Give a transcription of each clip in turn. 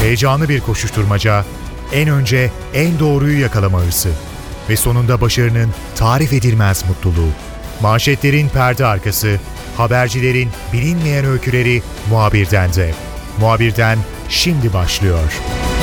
Heyecanlı bir koşuşturmaca, en önce en doğruyu yakalama hırsı ve sonunda başarının tarif edilmez mutluluğu. Manşetlerin perde arkası, habercilerin bilinmeyen öyküleri Muhabir'den de. Muhabir'den şimdi başlıyor.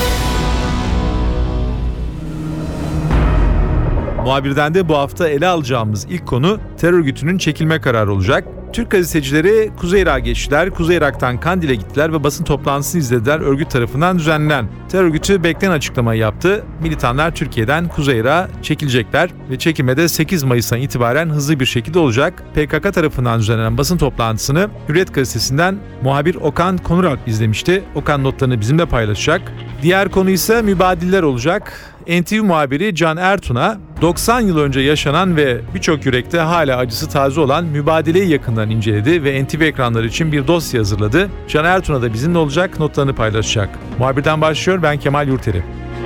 Muhabir'den de bu hafta ele alacağımız ilk konu terör örgütünün çekilme kararı olacak. Türk gazetecileri Kuzey Irak'a geçtiler, Kuzey Irak'tan Kandil'e gittiler ve basın toplantısını izlediler örgüt tarafından düzenlenen. Terör örgütü beklenen açıklamayı yaptı. Militanlar Türkiye'den Kuzey Irak'a çekilecekler ve çekilmede 8 Mayıs'tan itibaren hızlı bir şekilde olacak. PKK tarafından düzenlenen basın toplantısını Hürriyet gazetesinden muhabir Okan Konuralp izlemişti. Okan notlarını bizimle paylaşacak. Diğer konu ise mübadiller olacak. NTV muhabiri Can Ertun'a 90 yıl önce yaşanan ve birçok yürekte hala acısı taze olan mübadeleyi yakından inceledi ve NTV ekranları için bir dosya hazırladı. Can Ertun'a da bizimle olacak, notlarını paylaşacak. Muhabirden başlıyor, ben Kemal Yurteri.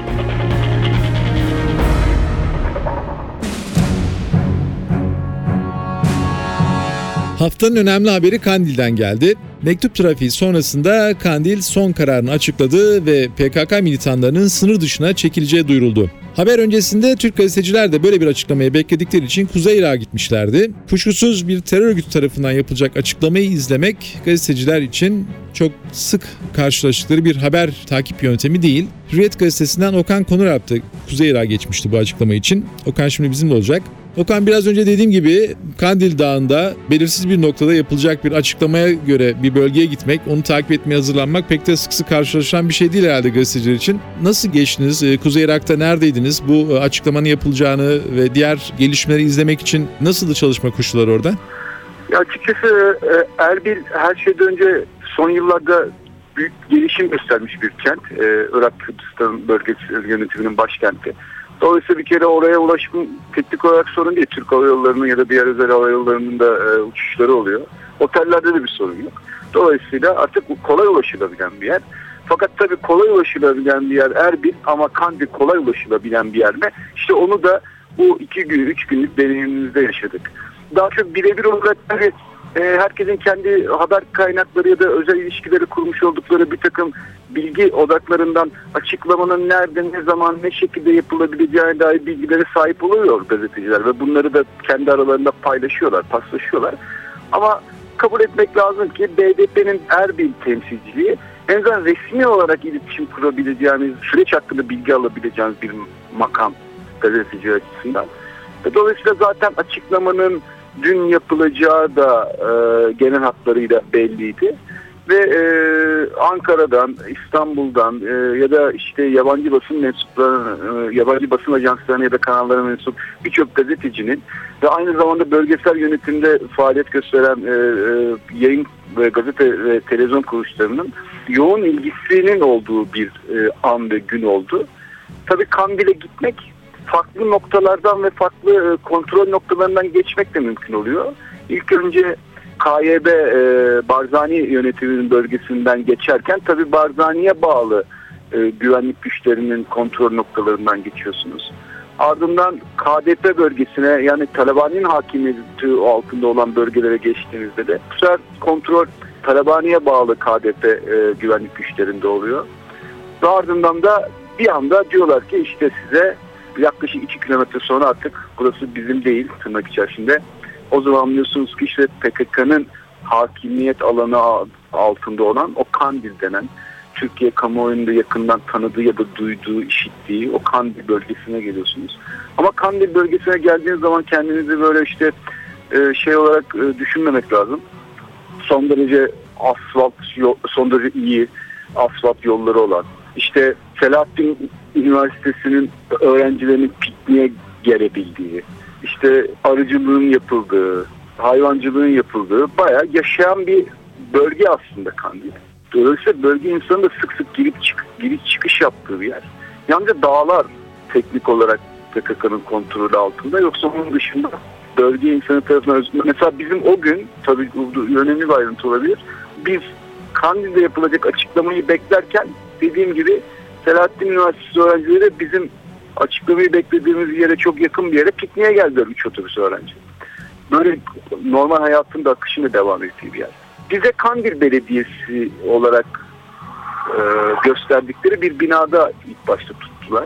Haftanın önemli haberi Kandil'den geldi. Mektup trafiği sonrasında Kandil son kararını açıkladı ve PKK militanlarının sınır dışına çekileceği duyuruldu. Haber öncesinde Türk gazeteciler de böyle bir açıklamayı bekledikleri için Kuzey Irak'a gitmişlerdi. Kuşkusuz bir terör örgütü tarafından yapılacak açıklamayı izlemek gazeteciler için çok sık karşılaştıkları bir haber takip yöntemi değil. Hürriyet gazetesinden Okan Konuralp da Kuzey Irak'a geçmişti bu açıklama için. Okan şimdi bizimle olacak. Okan, biraz önce dediğim gibi Kandil Dağı'nda belirsiz bir noktada yapılacak bir açıklamaya göre bir bölgeye gitmek, onu takip etmeye hazırlanmak pek de sık sık karşılaşılan bir şey değil herhalde gazeteciler için. Nasıl geçtiniz? Kuzey Irak'ta neredeydiniz? Bu açıklamanın yapılacağını ve diğer gelişmeleri izlemek için nasıldı çalışma koşulları orada? Ya açıkçası Erbil her şeyden önce son yıllarda büyük gelişim göstermiş bir kent. Irak Kürdistan bölgesi yönetiminin başkenti. Dolayısıyla bir kere oraya ulaşım teknik olarak sorun değil. Türk Hava Yolları'nın ya da diğer özel hava yollarının da uçuşları oluyor. Otellerde de bir sorun yok. Dolayısıyla artık kolay ulaşılabilen bir yer. Fakat tabii kolay ulaşılabilen bir yer Erbil ama Kandil kolay ulaşılabilen bir yer mi? İşte onu da bu 3 günlük deneyimimizde yaşadık. Daha çok birebir olarak tabii herkesin kendi haber kaynakları ya da özel ilişkileri kurmuş oldukları bir takım bilgi odaklarından açıklamanın nerede, ne zaman, ne şekilde yapılabileceğine dair bilgilere sahip oluyor gazeteciler ve bunları da kendi aralarında paylaşıyorlar, paslaşıyorlar. Ama kabul etmek lazım ki BDP'nin Erbil temsilciliği en azından resmi olarak iletişim kurabileceğimiz, süreç hakkında bilgi alabileceğimiz bir makam gazeteci açısından. Dolayısıyla zaten açıklamanın dün yapılacağı da genel hatlarıyla belliydi. Ve Ankara'dan, İstanbul'dan ya da işte yabancı basın mensuplarının, yabancı basın ajanslarına ya da kanallara mensup birçok gazetecinin ve aynı zamanda bölgesel yönetimde faaliyet gösteren yayın ve gazete ve televizyon kuruluşlarının yoğun ilgisinin olduğu bir an ve gün oldu. Tabii Kandil'e gitmek farklı noktalardan ve farklı kontrol noktalarından geçmek de mümkün oluyor. İlk önce KYB Barzani yönetiminin bölgesinden geçerken tabii Barzani'ye bağlı güvenlik güçlerinin kontrol noktalarından geçiyorsunuz. Ardından KDP bölgesine, yani Talabani'nin hakimiyeti altında olan bölgelere geçtiğinizde de bu sefer kontrol Talabani'ye bağlı KDP güvenlik güçlerinde oluyor. Ve ardından da bir anda diyorlar ki işte size yaklaşık 2 kilometre sonra artık burası bizim değil tırnak içerisinde. O zaman anlıyorsunuz ki işte PKK'nın hakimiyet alanı altında olan o Kandil denen, Türkiye kamuoyunda yakından tanıdığı ya da duyduğu, işittiği o Kandil bölgesine geliyorsunuz. Ama Kandil bölgesine geldiğiniz zaman kendinizi böyle işte şey olarak düşünmemek lazım. Son derece son derece iyi asfalt yolları olan, işte Selahattin Üniversitesi'nin öğrencilerinin pikniğe gelebildiği, işte arıcılığın yapıldığı, hayvancılığın yapıldığı bayağı yaşayan bir bölge aslında Kandil. Dolayısıyla bölge insanı da sık sık girip çıkış yaptığı bir yer. Yalnızca dağlar teknik olarak PKK'nın kontrolü altında, yoksa onun dışında bölge insanı tarafından mesela bizim o gün, tabii önemli bir ayrıntı olabilir, biz Kandil'de yapılacak açıklamayı beklerken dediğim gibi Selahattin Üniversitesi öğrencileri bizim açıklamayı beklediğimiz yere çok yakın bir yere pikniğe geldiler 3 otobüs öğrenci. Böyle normal hayatın da akışına devam ettiği bir yer. Bize Kandil Belediyesi olarak gösterdikleri bir binada ilk başta tuttular.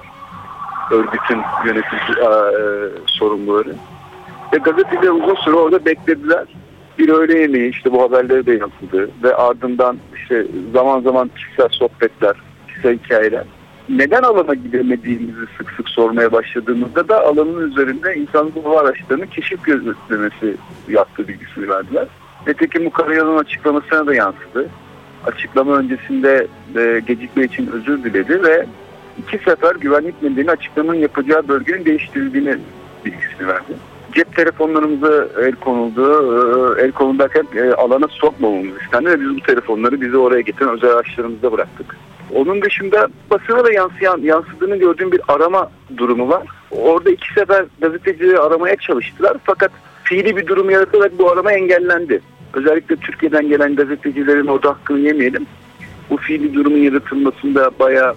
Örgütün yönetici sorumluları. Ve gazeteciler uzun süre orada beklediler. Bir öğle yemeği, işte bu haberleri de yansıdı. Ve ardından işte zaman zaman kişisel sohbetler, kişisel hikayeler. Neden alana gidemediğimizi sık sık sormaya başladığımızda da alanın üzerinde insanlık hava araçlarının keşif gözlemesi yaptığı bilgisini verdiler. Nitekim bu Karayol'un açıklamasına da yansıdı. Açıklama öncesinde gecikme için özür diledi ve 2 sefer güvenlik nedeniyle açıklamanın yapacağı bölgenin değiştirildiğini bilgisini verdi. Cep telefonlarımıza el konuldu. El konuldarken alana sokmamamız istendi ve biz bu telefonları bizi oraya getiren özel araçlarımızda bıraktık. Onun dışında basına da yansıdığını gördüğüm bir arama durumu var. Orada 2 sefer gazetecileri aramaya çalıştılar fakat fiili bir durum yaratarak bu arama engellendi. Özellikle Türkiye'den gelen gazetecilerin orada hakkını yemeyelim. Bu fiili durumun yaratılmasında bayağı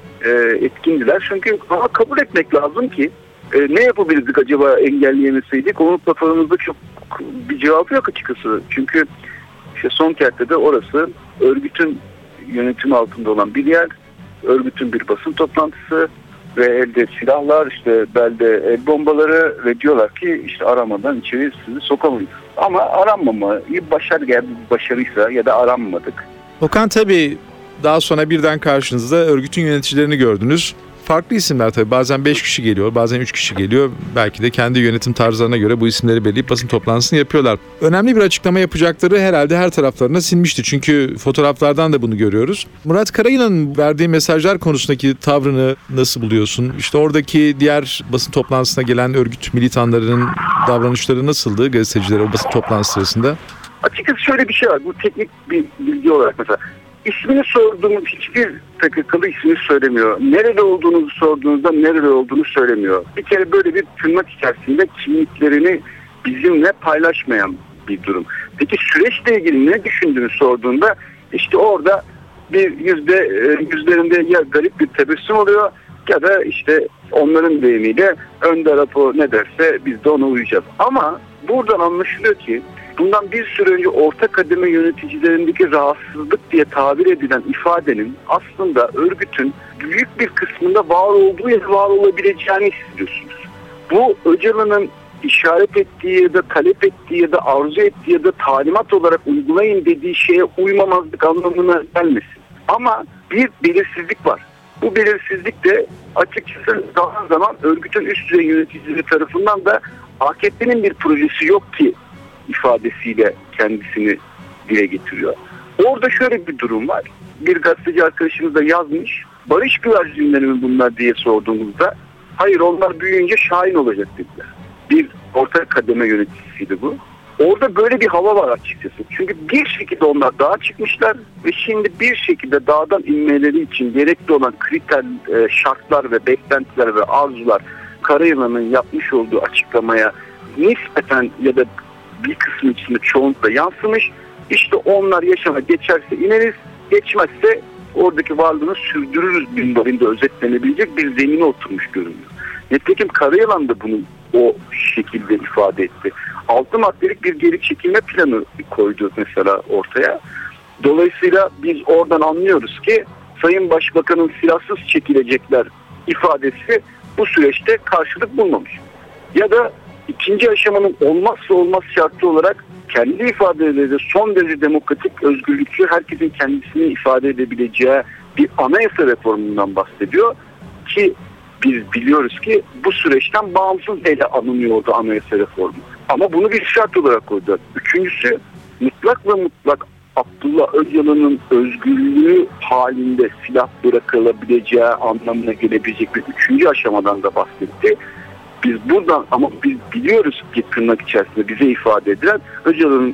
etkindiler. Çünkü ama kabul etmek lazım ki ne yapabilirdik acaba engelleyemeseydik? Onun kafanızda çok bir cevabı yok açıkçası. Çünkü işte Sonkert'te orası örgütün yönetimi altında olan bir yer. Örgütün bir basın toplantısı ve elde silahlar, işte belde el bombaları ve diyorlar ki işte aramadan içeri sizi sokamayız. Ama aranmamayı başarıysa ya da aranmadık. Okan, tabii daha sonra birden karşınızda örgütün yöneticilerini gördünüz. Farklı isimler tabii. Bazen 5 kişi geliyor, bazen 3 kişi geliyor. Belki de kendi yönetim tarzlarına göre bu isimleri belirleyip basın toplantısını yapıyorlar. Önemli bir açıklama yapacakları herhalde her taraflarına sinmişti. Çünkü fotoğraflardan da bunu görüyoruz. Murat Karayılan'ın verdiği mesajlar konusundaki tavrını nasıl buluyorsun? İşte oradaki diğer basın toplantısına gelen örgüt militanlarının davranışları nasıldı gazetecilere o basın toplantısı sırasında? Açıkçası şöyle bir şey var. Bu teknik bir bilgi olarak mesela. İsmini sorduğumuz hiçbir PKK'lı ismini söylemiyor. Nerede olduğunuzu sorduğunuzda nerede olduğunu söylemiyor. Bir kere böyle bir tırnak içerisinde kimliklerini bizimle paylaşmayan bir durum. Peki süreçle ilgili ne düşündüğünü sorduğunda işte orada bir yüzlerinde ya garip bir tebessüm oluyor ya da işte onların deyimiyle önde rapor ne derse biz de ona uyacağız. Ama buradan anlaşılıyor ki bundan bir süre önce orta kademe yöneticilerindeki rahatsızlık diye tabir edilen ifadenin aslında örgütün büyük bir kısmında var olduğu ya da var olabileceğini hissediyorsunuz. Bu Öcalan'ın işaret ettiği ya da talep ettiği ya da arzu ettiği ya da talimat olarak uygulayın dediği şeye uymamazlık anlamına gelmesin. Ama bir belirsizlik var. Bu belirsizlik de açıkçası zaman zaman örgütün üst düzey yöneticileri tarafından da AKP'nin bir projesi yok ki ifadesiyle kendisini dile getiriyor. Orada şöyle bir durum var. Bir gazeteci arkadaşımız da yazmış. Barış güvercinleri mi bunlar diye sorduğumuzda hayır onlar büyüyünce şahin olacak dediler. Bir orta kademe yöneticisiydi bu. Orada böyle bir hava var açıkçası. Çünkü bir şekilde onlar dağa çıkmışlar ve şimdi bir şekilde dağdan inmeleri için gerekli olan kriter, şartlar ve beklentiler ve arzular Karayılan'ın yapmış olduğu açıklamaya nispeten ya da bir kısmı içinde çoğunlukla yansımış. İşte onlar yaşama geçerse ineriz, geçmezse oradaki varlığını sürdürürüz binlerinde özetlenebilecek bir zemine oturmuş görünüyor. Nitekim Karayalan da bunu o şekilde ifade etti. 6 maddelik bir geri çekilme planı koydu mesela ortaya. Dolayısıyla biz oradan anlıyoruz ki Sayın Başbakan'ın silahsız çekilecekler ifadesi bu süreçte karşılık bulmamış. Ya da ikinci aşamanın olmazsa olmaz şartı olarak kendi ifadeleriyle son derece demokratik, özgürlükçü, herkesin kendisini ifade edebileceği bir anayasa reformundan bahsediyor ki biz biliyoruz ki bu süreçten bağımsız ele alınıyordu anayasa reformu. Ama bunu bir şart olarak koydular. Üçüncüsü mutlak ve mutlak Abdullah Öcalan'ın özgürlüğü halinde silah bırakılabileceği anlamına gelebilecek bir üçüncü aşamadan da bahsetti. Biz buradan ama biz biliyoruz ki tırnak içerisinde bize ifade edilen Öcalan'ın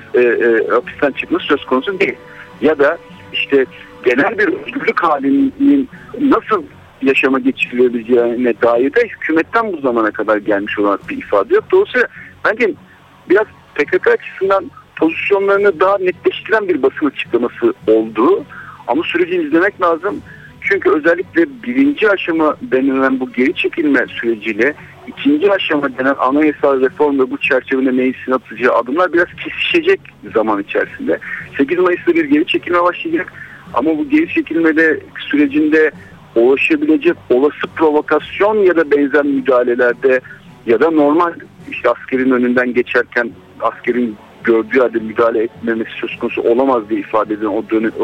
hapisten çıkması söz konusu değil. Ya da işte genel bir özgürlük halinin nasıl yaşama geçirilebileceğine dair de hükümetten bu zamana kadar gelmiş olan bir ifade yok. Dolayısıyla bence biraz PKK açısından pozisyonlarını daha netleştiren bir basın açıklaması oldu. Ama süreci izlemek lazım. Çünkü özellikle birinci aşama denilen bu geri çekilme süreciyle ikinci aşama denen anayasal reform ve bu çerçevede meclisin atacağı adımlar biraz kesişecek zaman içerisinde. 8 Mayıs'ta bir geri çekilme başlayacak. Ama bu geri çekilmede sürecinde ulaşabilecek olası provokasyon ya da benzer müdahalelerde ya da normal işte askerin önünden geçerken askerin gördüğü halde müdahale etmemesi söz konusu olamaz diye ifade edilen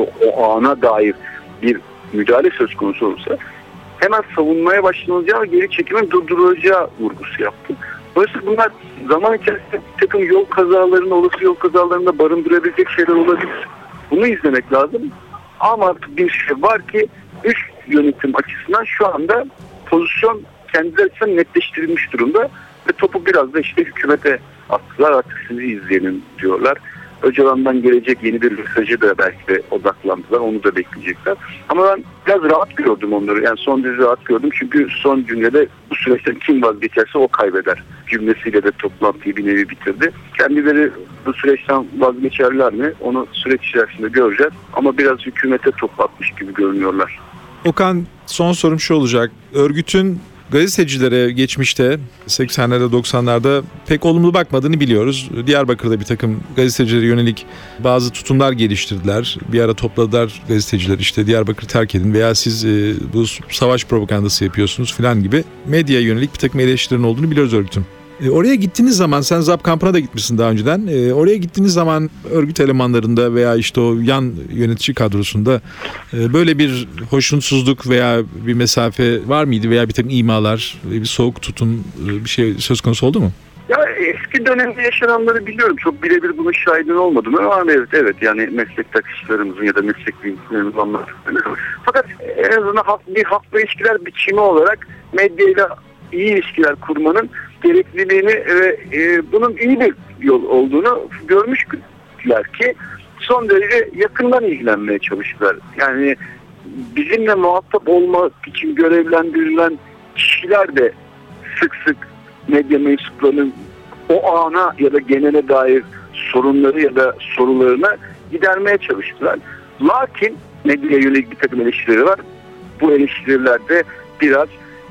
o ana dair bir müdahale söz konusu olursa hemen savunmaya başlanacağı ve geri çekimin durdurulacağı vurgusu yaptı. Dolayısıyla bunlar zaman içerisinde bir takım yol kazalarını, olası yol kazalarında barındırabilecek şeyler olabilir. Bunu izlemek lazım. Ama artık bir şey var ki üst yönetim açısından şu anda pozisyon kendileri açısından netleştirilmiş durumda ve topu biraz da işte hükümete attılar, artık sizi izleyelim diyorlar. Öcalan'dan gelecek yeni bir mesajı da belki de odaklandılar, onu da bekleyecekler. Ama ben biraz rahat gördüm onları, yani son derece rahat gördüm çünkü son cümlede bu süreçten kim vazgeçerse o kaybeder cümlesiyle de toplantıyı bir nevi bitirdi. Kendileri bu süreçten vazgeçerler mi onu süreç içerisinde göreceğiz ama biraz hükümete top atmış gibi görünüyorlar. Okan, son sorum şu olacak. Örgütün gazetecilere geçmişte 80'lerde 90'larda pek olumlu bakmadığını biliyoruz. Diyarbakır'da bir takım gazetecilere yönelik bazı tutumlar geliştirdiler. Bir ara topladılar gazeteciler, işte Diyarbakır'ı terk edin veya siz bu savaş propagandası yapıyorsunuz falan gibi medyaya yönelik bir takım eleştirilerin olduğunu biliyoruz örgütün. Oraya gittiğiniz zaman, sen ZAP kampına da gitmişsin daha önceden. Oraya gittiğiniz zaman örgüt elemanlarında veya işte o yan yönetici kadrosunda böyle bir hoşnutsuzluk veya bir mesafe var mıydı veya bir takım imalar, bir soğuk tutum, bir şey söz konusu oldu mu? Ya eski dönemde yaşananları biliyorum. Çok birebir bunun şahidin olmadım ama evet yani meslektaşlarımızın ya da meslektaşlarımızın anlattıkları. Fakat en azından bir halkla ilişkiler biçimi olarak medyayla iyi ilişkiler kurmanın gerekliliğini ve bunun iyi bir yol olduğunu görmüşler ki son derece yakından ilgilenmeye çalıştılar. Yani bizimle muhatap olmak için görevlendirilen kişiler de sık sık medya mensuplarının o ana ya da genele dair sorunları ya da sorularını gidermeye çalıştılar. Lakin medyaya yönelik bir takım eleştirileri var. Bu eleştirilerde biraz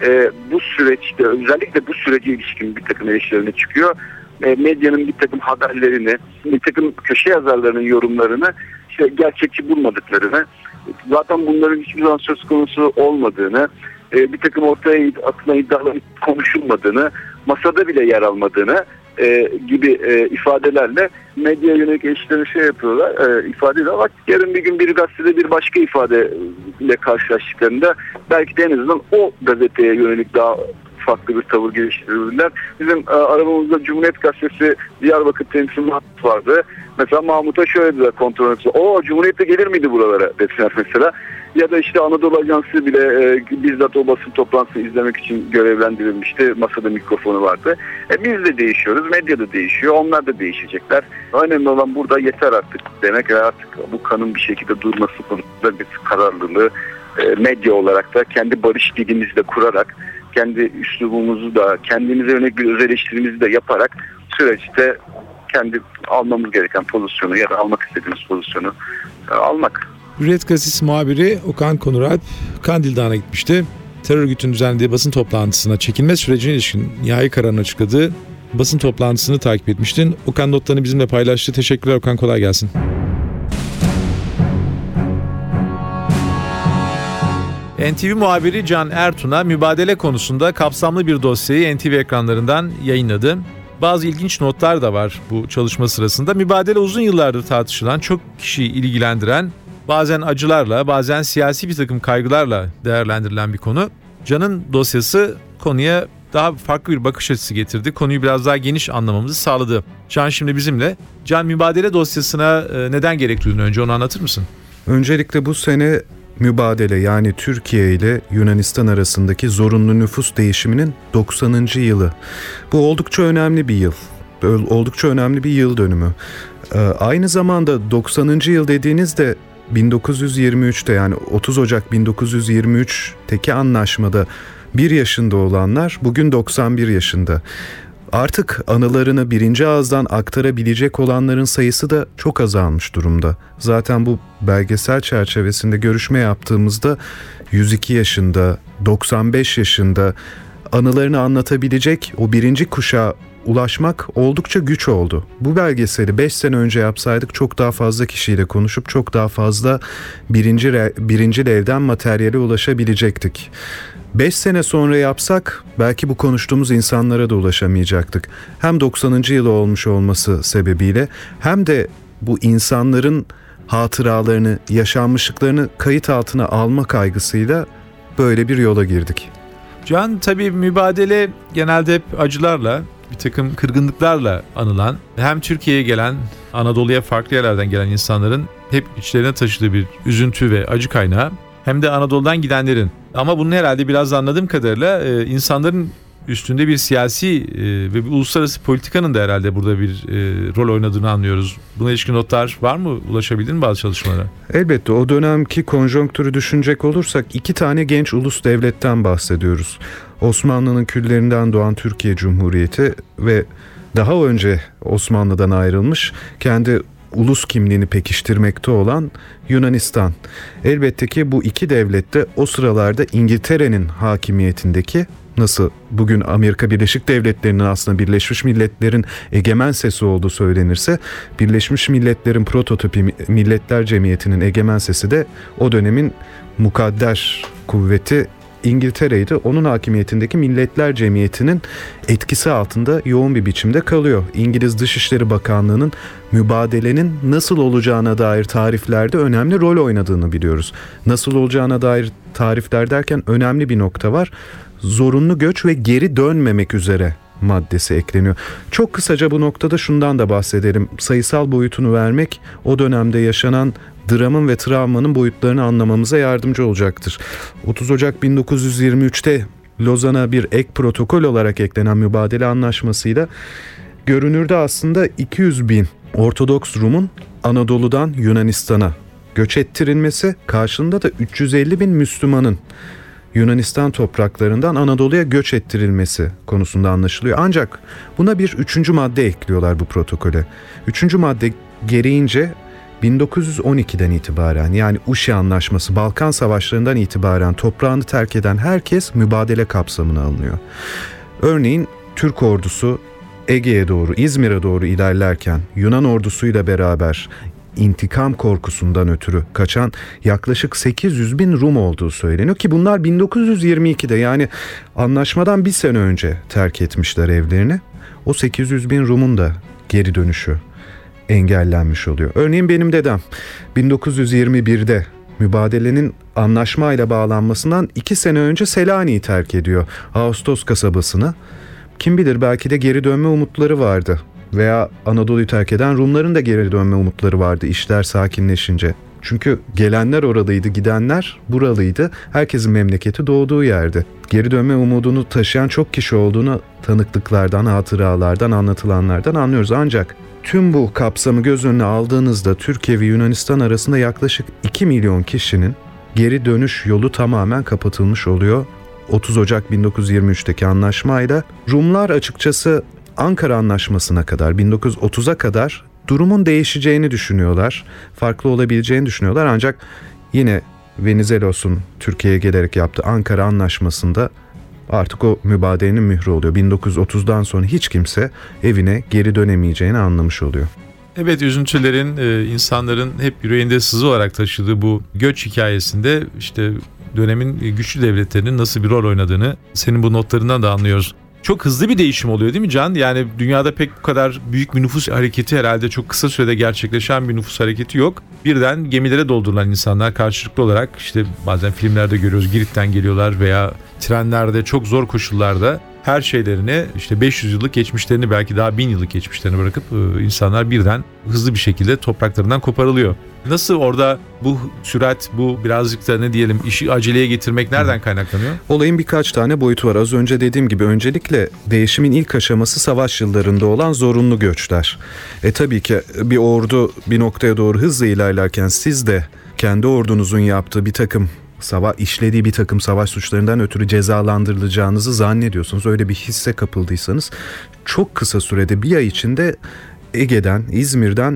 bu süreçte, özellikle bu sürece ilişkin bir takım eleştirilerine çıkıyor. Medyanın bir takım haberlerini, bir takım köşe yazarlarının yorumlarını işte gerçekçi bulmadıklarını, zaten bunların hiçbir zaman söz konusu olmadığını, bir takım ortaya atılan iddiaların konuşulmadığını, masada bile yer almadığını gibi ifadelerle medya yönelik eleştirileri yapıyorlar, ifade ediyorlar. Yarın bir gün bir gazetede bir başka ifadeyle karşılaştıklarında belki de en azından o gazeteye yönelik daha farklı bir tavır geliştirebilirler. Bizim arabamızda Cumhuriyet Gazetesi Diyarbakır temsilcisi vardı. Mesela Mahmut'a şöyle dediler kontrol etsin. O Cumhuriyet'te gelir miydi buralara dediler mesela. Ya da işte Anadolu Ajansı bile bizzat o basın toplantısını izlemek için görevlendirilmişti. Masada mikrofonu vardı. Biz de değişiyoruz. Medya da değişiyor. Onlar da değişecekler. Önemli olan burada yeter artık demek ve artık bu kanın bir şekilde durması konusunda bir kararlılığı medya olarak da kendi barış dilimizi de kurarak, kendi üslubumuzu da, kendimize yönelik bir öz eleştirimizi de yaparak süreçte kendi almamız gereken pozisyonu ya da almak istediğimiz pozisyonu almak. Hürriyet Gazetesi muhabiri Okan Konuralp Kandil Dağı'na gitmişti. Terör örgütünün düzenlediği basın toplantısına çekilme sürecine ilişkin nihai kararını açıkladığı basın toplantısını takip etmiştin. Okan notlarını bizimle paylaştı. Teşekkürler Okan, kolay gelsin. NTV muhabiri Can Ertun'a mübadele konusunda kapsamlı bir dosyayı NTV ekranlarından yayınladı. Bazı ilginç notlar da var bu çalışma sırasında. Mübadele uzun yıllardır tartışılan, çok kişiyi ilgilendiren, bazen acılarla, bazen siyasi bir takım kaygılarla değerlendirilen bir konu. Can'ın dosyası konuya daha farklı bir bakış açısı getirdi. Konuyu biraz daha geniş anlamamızı sağladı. Can şimdi bizimle. Can, mübadele dosyasına neden gerek duydun, önce onu anlatır mısın? Öncelikle bu sene mübadele, yani Türkiye ile Yunanistan arasındaki zorunlu nüfus değişiminin 90. yılı. Bu oldukça önemli bir yıl. Oldukça önemli bir yıl dönümü. Aynı zamanda 90. yıl dediğinizde 1923'te, yani 30 Ocak 1923'teki anlaşmada 1 yaşında olanlar bugün 91 yaşında. Artık anılarını birinci ağızdan aktarabilecek olanların sayısı da çok azalmış durumda. Zaten bu belgesel çerçevesinde görüşme yaptığımızda 102 yaşında, 95 yaşında anılarını anlatabilecek o birinci kuşağı ulaşmak oldukça güç oldu. Bu belgeseli 5 sene önce yapsaydık çok daha fazla kişiyle konuşup çok daha fazla birinci elden materyale ulaşabilecektik. 5 sene sonra yapsak belki bu konuştuğumuz insanlara da ulaşamayacaktık. Hem 90. yılı olmuş olması sebebiyle hem de bu insanların hatıralarını, yaşanmışlıklarını kayıt altına alma kaygısıyla böyle bir yola girdik. Can, tabii mübadele genelde hep acılarla, bir takım kırgınlıklarla anılan, hem Türkiye'ye gelen, Anadolu'ya farklı yerlerden gelen insanların hep içlerine taşıdığı bir üzüntü ve acı kaynağı, hem de Anadolu'dan gidenlerin. Ama bunun herhalde biraz anladığım kadarıyla insanların üstünde bir siyasi ve bir uluslararası politikanın da herhalde burada bir rol oynadığını anlıyoruz. Buna ilişkin notlar var mı? Ulaşabildin mi bazı çalışmalara? Elbette o dönemki konjonktürü düşünecek olursak 2 tane genç ulus devletten bahsediyoruz. Osmanlı'nın küllerinden doğan Türkiye Cumhuriyeti ve daha önce Osmanlı'dan ayrılmış, kendi ulus kimliğini pekiştirmekte olan Yunanistan. Elbette ki bu iki devlet de o sıralarda İngiltere'nin hakimiyetindeki, nasıl bugün Amerika Birleşik Devletleri'nin aslında Birleşmiş Milletler'in egemen sesi olduğu söylenirse, Birleşmiş Milletler'in prototipi Milletler Cemiyeti'nin egemen sesi de o dönemin mukadder kuvveti İngiltere'ydi. Onun hakimiyetindeki Milletler Cemiyeti'nin etkisi altında yoğun bir biçimde kalıyor. İngiliz Dışişleri Bakanlığı'nın mübadelenin nasıl olacağına dair tariflerde önemli rol oynadığını biliyoruz. Nasıl olacağına dair tarifler derken önemli bir nokta var. Zorunlu göç ve geri dönmemek üzere maddesi ekleniyor. Çok kısaca bu noktada şundan da bahsedelim. Sayısal boyutunu vermek o dönemde yaşanan dramın ve travmanın boyutlarını anlamamıza yardımcı olacaktır. 30 Ocak 1923'te Lozan'a bir ek protokol olarak eklenen mübadele anlaşmasıyla görünürde aslında 200 bin Ortodoks Rum'un Anadolu'dan Yunanistan'a göç ettirilmesi, karşılığında da 350 bin Müslümanın Yunanistan topraklarından Anadolu'ya göç ettirilmesi konusunda anlaşılıyor. Ancak buna bir 3. madde ekliyorlar bu protokole. 3. madde gereğince 1912'den itibaren, yani Uşi Anlaşması, Balkan Savaşları'ndan itibaren toprağını terk eden herkes mübadele kapsamına alınıyor. Örneğin Türk ordusu Ege'ye doğru, İzmir'e doğru ilerlerken Yunan ordusuyla beraber intikam korkusundan ötürü kaçan yaklaşık 800 bin Rum olduğu söyleniyor ki bunlar 1922'de, yani anlaşmadan bir sene önce terk etmişler evlerini. O 800 bin Rum'un da geri dönüşü engellenmiş oluyor. Örneğin benim dedem 1921'de mübadelenin anlaşmayla bağlanmasından 2 sene önce Selanik'i terk ediyor. Ağustos kasabasını. Kim bilir, belki de geri dönme umutları vardı. Veya Anadolu'yu terk eden Rumların da geri dönme umutları vardı işler sakinleşince. Çünkü gelenler oralıydı, gidenler buralıydı. Herkesin memleketi doğduğu yerdi. Geri dönme umudunu taşıyan çok kişi olduğunu tanıklıklardan, hatıralardan, anlatılanlardan anlıyoruz. Ancak tüm bu kapsamı göz önüne aldığınızda Türkiye ve Yunanistan arasında yaklaşık 2 milyon kişinin geri dönüş yolu tamamen kapatılmış oluyor. 30 Ocak 1923'teki anlaşmayla Rumlar açıkçası Ankara Anlaşması'na kadar, 1930'a kadar durumun değişeceğini düşünüyorlar. Farklı olabileceğini düşünüyorlar. Ancak yine Venizelos'un Türkiye'ye gelerek yaptığı Ankara Anlaşması'nda artık o mübadelenin mührü oluyor. 1930'dan sonra hiç kimse evine geri dönemeyeceğini anlamış oluyor. Evet, üzüntülerin, insanların hep yüreğinde sızı olarak taşıdığı bu göç hikayesinde işte dönemin güçlü devletlerinin nasıl bir rol oynadığını senin bu notlarından da anlıyoruz. Çok hızlı bir değişim oluyor değil mi Can? Yani dünyada pek bu kadar büyük bir nüfus hareketi, herhalde çok kısa sürede gerçekleşen bir nüfus hareketi yok. Birden gemilere doldurulan insanlar karşılıklı olarak, işte bazen filmlerde görüyoruz, Girit'ten geliyorlar veya trenlerde çok zor koşullarda her şeylerini, işte 500 yıllık geçmişlerini, belki daha 1000 yıllık geçmişlerini bırakıp insanlar birden hızlı bir şekilde topraklarından koparılıyor. Nasıl orada bu sürat, bu birazcık da ne diyelim işi aceleye getirmek nereden kaynaklanıyor? Olayın birkaç tane boyutu var. Az önce dediğim gibi öncelikle değişimin ilk aşaması savaş yıllarında olan zorunlu göçler. Tabii ki bir ordu bir noktaya doğru hızla ilerlerken siz de kendi ordunuzun yaptığı bir takım işlediği bir takım savaş suçlarından ötürü cezalandırılacağınızı zannediyorsunuz. Öyle bir hisse kapıldıysanız çok kısa sürede, bir ay içinde Ege'den, İzmir'den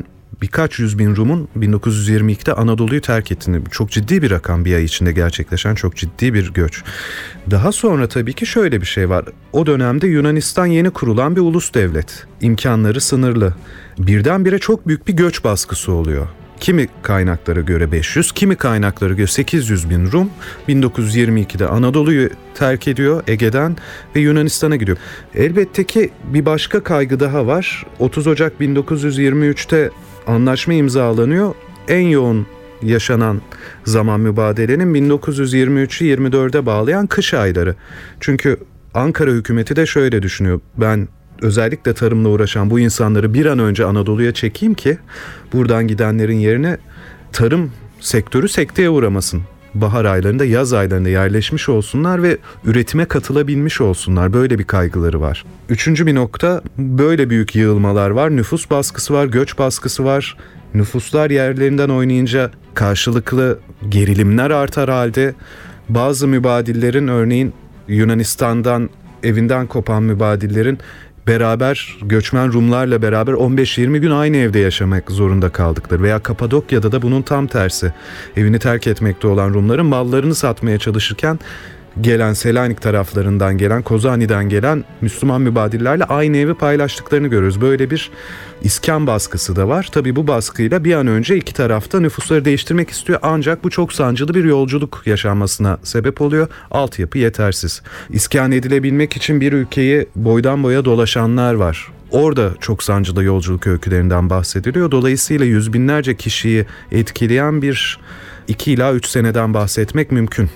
birkaç yüz bin Rum'un 1922'de Anadolu'yu terk ettiğini, çok ciddi bir rakam, bir ay içinde gerçekleşen çok ciddi bir göç. Daha sonra tabii ki şöyle bir şey var. O dönemde Yunanistan yeni kurulan bir ulus devlet. İmkanları sınırlı. Birdenbire çok büyük bir göç baskısı oluyor. Kimi kaynaklara göre 500, kimi kaynaklara göre 800 bin Rum 1922'de Anadolu'yu terk ediyor Ege'den ve Yunanistan'a gidiyor. Elbette ki bir başka kaygı daha var. 30 Ocak 1923'te anlaşma imzalanıyor. En yoğun yaşanan zaman mübadelenin 1923'ü 24'e bağlayan kış ayları. Çünkü Ankara hükümeti de şöyle düşünüyor. Ben özellikle tarımla uğraşan bu insanları bir an önce Anadolu'ya çekeyim ki buradan gidenlerin yerine tarım sektörü sekteye uğramasın. Bahar aylarında, yaz aylarında yerleşmiş olsunlar ve üretime katılabilmiş olsunlar. Böyle bir kaygıları var. Üçüncü bir nokta, böyle büyük yığılmalar var. Nüfus baskısı var, göç baskısı var. Nüfuslar yerlerinden oynayınca karşılıklı gerilimler artar halde. Bazı mübadillerin, örneğin Yunanistan'dan evinden kopan mübadillerin beraber göçmen Rumlarla beraber 15-20 gün aynı evde yaşamak zorunda kaldıkları veya Kapadokya'da da bunun tam tersi. Evini terk etmekte olan Rumların mallarını satmaya çalışırken gelen Selanik taraflarından gelen, Kozani'den gelen Müslüman mübadillerle aynı evi paylaştıklarını görüyoruz. Böyle bir iskan baskısı da var. Tabii bu baskıyla bir an önce iki tarafta nüfusları değiştirmek istiyor. Ancak bu çok sancılı bir yolculuk yaşanmasına sebep oluyor. Altyapı yetersiz. İskan edilebilmek için bir ülkeyi boydan boya dolaşanlar var. Orada çok sancılı yolculuk öykülerinden bahsediliyor. Dolayısıyla yüz binlerce kişiyi etkileyen bir 2 ila 3 seneden bahsetmek mümkün.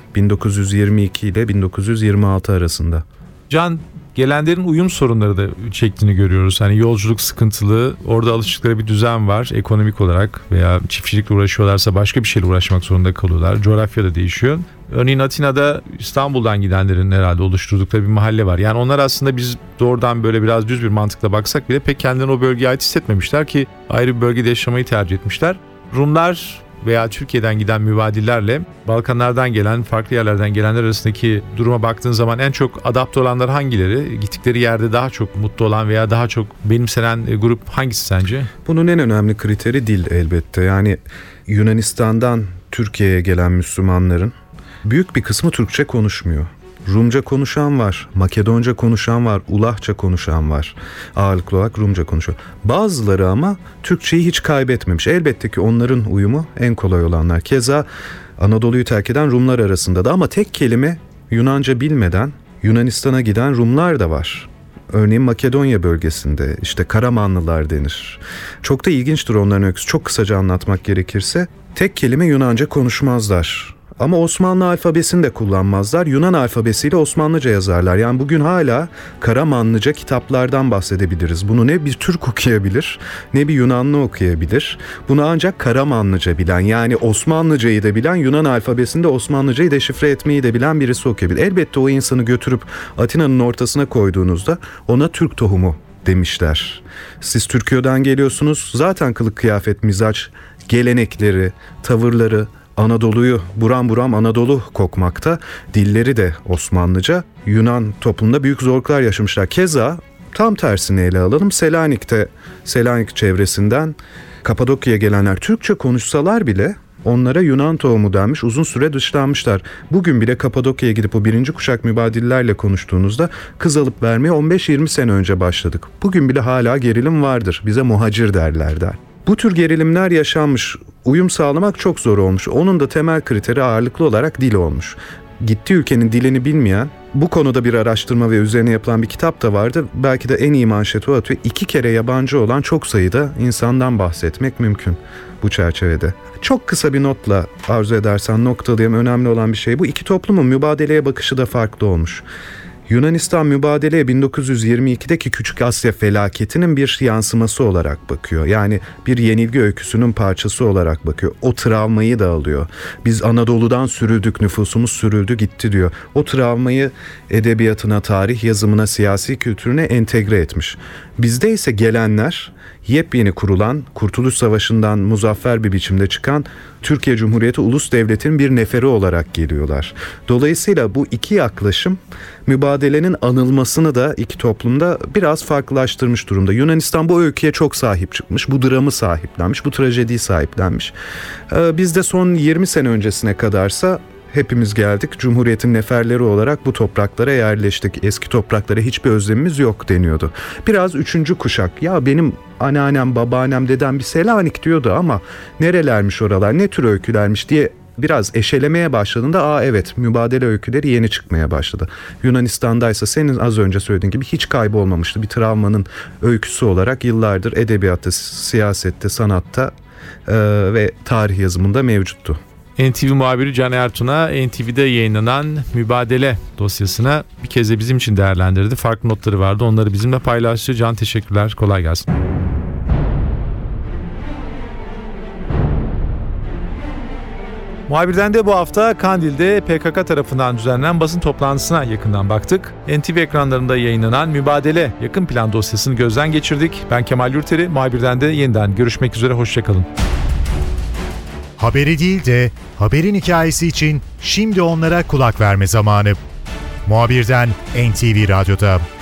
1922 ile 1926 arasında. Can, gelenlerin uyum sorunları da çektiğini görüyoruz. Hani yolculuk sıkıntılı, orada alıştıkları bir düzen var ekonomik olarak veya çiftçilikle uğraşıyorlarsa başka bir şeyle uğraşmak zorunda kalıyorlar. Coğrafya da değişiyor. Örneğin Atina'da İstanbul'dan gidenlerin herhalde oluşturdukları bir mahalle var. Yani onlar aslında biz doğrudan böyle biraz düz bir mantıkla baksak bile pek kendilerini o bölgeye ait hissetmemişler ki ayrı bir bölgede yaşamayı tercih etmişler. Rumlar veya Türkiye'den giden mübadillerle Balkanlardan gelen, farklı yerlerden gelenler arasındaki duruma baktığın zaman en çok adapte olanlar hangileri? Gittikleri yerde daha çok mutlu olan veya daha çok benimsenen grup hangisi sence? Bunun en önemli kriteri dil elbette. Yani Yunanistan'dan Türkiye'ye gelen Müslümanların büyük bir kısmı Türkçe konuşmuyor. Rumca konuşan var, Makedonca konuşan var, Ulahça konuşan var. Ağırlıklı olarak Rumca konuşuyor. Bazıları ama Türkçeyi hiç kaybetmemiş. Elbette ki onların uyumu en kolay olanlar. Keza Anadolu'yu terk eden Rumlar arasında da, ama tek kelime Yunanca bilmeden Yunanistan'a giden Rumlar da var. Örneğin Makedonya bölgesinde işte Karamanlılar denir. Çok da ilginçtir onların öyküsü. Çok kısaca anlatmak gerekirse tek kelime Yunanca konuşmazlar. Ama Osmanlı alfabesini de kullanmazlar. Yunan alfabesiyle Osmanlıca yazarlar. Yani bugün hala Karamanlıca kitaplardan bahsedebiliriz. Bunu ne bir Türk okuyabilir, ne bir Yunanlı okuyabilir. Bunu ancak Karamanlıca bilen, yani Osmanlıcayı da bilen, Yunan alfabesinde Osmanlıcayı deşifre etmeyi de bilen birisi okuyabilir. Elbette o insanı götürüp Atina'nın ortasına koyduğunuzda ona Türk tohumu demişler. Siz Türkiye'den geliyorsunuz, zaten kılık kıyafet, mizaç, gelenekleri, tavırları, Anadolu'yu buram buram Anadolu kokmakta. Dilleri de Osmanlıca. Yunan toplumunda büyük zorluklar yaşamışlar. Keza tam tersini ele alalım. Selanik çevresinden Kapadokya'ya gelenler Türkçe konuşsalar bile onlara Yunan tohumu denmiş, uzun süre dışlanmışlar. Bugün bile Kapadokya'ya gidip o birinci kuşak mübadillerle konuştuğunuzda kız alıp vermeye 15-20 sene önce başladık. Bugün bile hala gerilim vardır. Bize muhacir der. Bu tür gerilimler yaşanmış. Uyum sağlamak çok zor olmuş. Onun da temel kriteri ağırlıklı olarak dil olmuş. Gittiği ülkenin dilini bilmeyen, bu konuda bir araştırma ve üzerine yapılan bir kitap da vardı. Belki de en iyi manşeti o atıyor. 2 kere yabancı olan çok sayıda insandan bahsetmek mümkün bu çerçevede. Çok kısa bir notla arzu edersen noktalayayım. Önemli olan bir şey bu. İki toplumun mübadeleye bakışı da farklı olmuş. Yunanistan mübadeleye 1922'deki Küçük Asya felaketinin bir yansıması olarak bakıyor. Yani bir yenilgi öyküsünün parçası olarak bakıyor. O travmayı da alıyor. Biz Anadolu'dan sürüldük, nüfusumuz sürüldü gitti diyor. O travmayı edebiyatına, tarih yazımına, siyasi kültürüne entegre etmiş. Bizde ise gelenler yepyeni kurulan, Kurtuluş Savaşı'ndan muzaffer bir biçimde çıkan Türkiye Cumhuriyeti Ulus Devleti'nin bir neferi olarak geliyorlar. Dolayısıyla bu iki yaklaşım mübadelenin anılmasını da iki toplumda biraz farklılaştırmış durumda. Yunanistan bu öyküye çok sahip çıkmış, bu dramı sahiplenmiş, bu trajediyi sahiplenmiş. Biz de son 20 sene öncesine kadarsa hepimiz geldik. Cumhuriyetin neferleri olarak bu topraklara yerleştik. Eski topraklara hiçbir özlemimiz yok deniyordu. Biraz üçüncü kuşak, ya benim anneannem, babaannem, dedem bir Selanik diyordu ama nerelermiş oralar, ne tür öykülermiş diye biraz eşelemeye başladığında evet, mübadele öyküleri yeni çıkmaya başladı. Yunanistan'daysa senin az önce söylediğin gibi hiç kaybolmamıştı. Bir travmanın öyküsü olarak yıllardır edebiyatta, siyasette, sanatta ve tarih yazımında mevcuttu. NTV muhabiri Can Ertun'a NTV'de yayınlanan Mübadele dosyasına bir kez de bizim için değerlendirdi. Farklı notları vardı. Onları bizimle paylaştı. Can, teşekkürler. Kolay gelsin. Muhabirden de bu hafta Kandil'de PKK tarafından düzenlenen basın toplantısına yakından baktık. NTV ekranlarında yayınlanan Mübadele yakın plan dosyasını gözden geçirdik. Ben Kemal Yurteri. Muhabirden de yeniden görüşmek üzere. Hoşçakalın. Haberi değil de haberin hikayesi için şimdi onlara kulak verme zamanı. Muhabirden NTV Radyo'da.